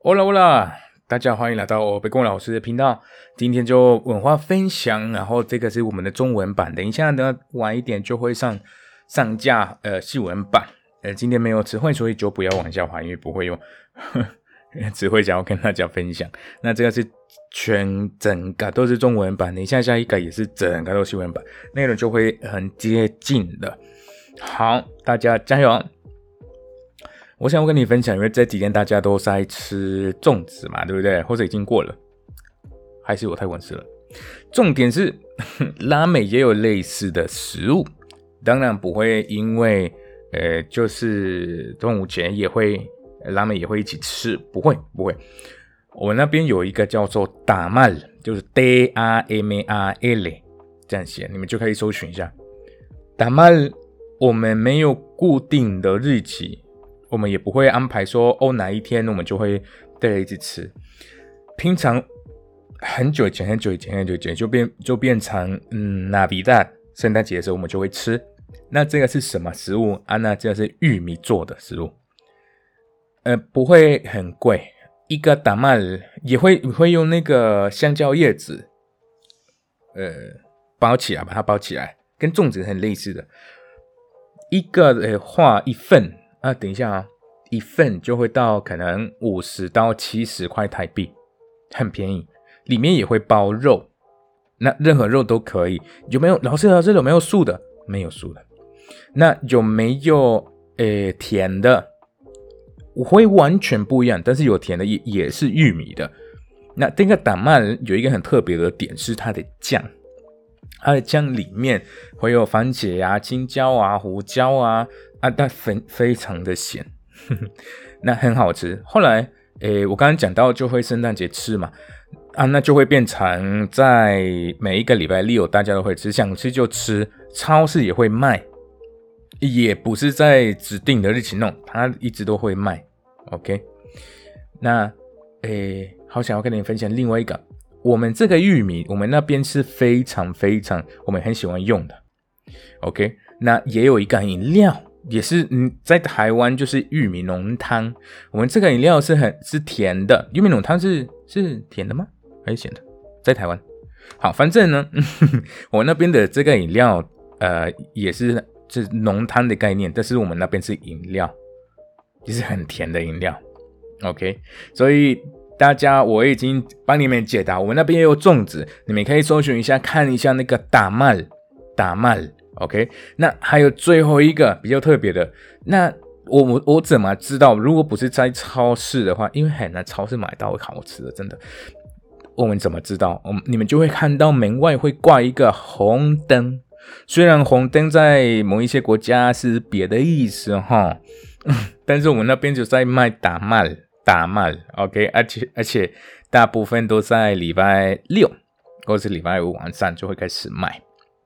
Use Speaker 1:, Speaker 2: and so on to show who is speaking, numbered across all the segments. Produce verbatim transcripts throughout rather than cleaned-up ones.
Speaker 1: Hola Hola，大家欢迎来到我北宫老师的频道。今天就文化分享，然后这个是我们的中文版，等一下呢晚一点就会上上架呃西文版。呃，今天没有词汇，所以就不要往下滑，因为不会用词汇想要跟大家分享。那这个是全整个都是中文版，等一下下一个也是整个都是西文版，内容就会很接近的。好，大家加油！我想要跟你分享，因为这几天大家都在吃粽子嘛，对不对？或者已经过了，还是我太晚吃了。重点是拉美也有类似的食物，当然不会因为呃，就是端午节也会拉美也会一起吃，不会不会。我那边有一个叫做打麦，就是 D R M A L 这样写，你们就可以搜寻一下。打麦我们没有固定的日期。我们也不会安排说哦哪一天我们就会带着一起吃，平常很久以前很久以前很久以前就变就变成嗯 Navidad 圣诞节的时候我们就会吃。那这个是什么食物啊？那这个是玉米做的食物，呃不会很贵，一个打麦也会会用那个香蕉叶子呃包起来，把它包起来，跟粽子很类似的，一个的话一份。啊，等一下啊，一份就会到可能五十到七十块台币，很便宜。里面也会包肉，那任何肉都可以。有没有老师老师有没有素的？没有素的。那有没有诶甜的？我会完全不一样，但是有甜的也也是玉米的。那这个打麦有一个很特别的点是它的酱。它的酱里面会有番茄啊、青椒啊、胡椒啊，啊，但非非常的咸，呵呵，那很好吃。后来，诶，我刚刚讲到就会圣诞节吃嘛，啊，那就会变成在每一个礼拜六大家都会吃，想吃就吃，超市也会卖，也不是在指定的日期弄，它一直都会卖。OK， 那，诶，好想要跟你分享另外一个。我们这个玉米，我们那边是非常非常，我们很喜欢用的。OK， 那也有一个饮料，也是嗯，在台湾就是玉米浓汤。我们这个饮料是很是甜的，玉米浓汤是是甜的吗？还是咸的？在台湾，好，反正呢，呵呵，我那边的这个饮料，呃，也是是浓汤的概念，但是我们那边是饮料，也是很甜的饮料。OK， 所以。大家，我已经帮你们解答。我们那边也有粽子，你们可以搜寻一下，看一下那个打麦，打麦 ，OK。那还有最后一个比较特别的，那我我我怎么知道？如果不是在超市的话，因为很难超市买到好吃的，真的。我们怎么知道？我们你们就会看到门外会挂一个红灯，虽然红灯在某一些国家是别的意思哈，但是我们那边就在卖打麦。打麦 OK， 而且而且大部分都在礼拜六或是礼拜五晚上就会开始卖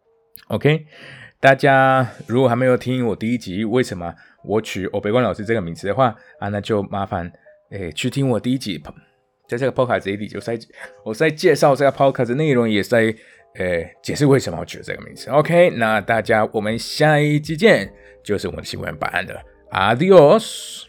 Speaker 1: OK。 大家如果还没有听我第一集为什么我取欧北光老师这个名字的话啊，那就麻烦诶去听我第一集，在这个 podcast 里就在我在介绍这个 podcast 内容，也在诶解释为什么我取这个名字 OK。 那大家我们下一集见，就是我们的新闻版的 Adios。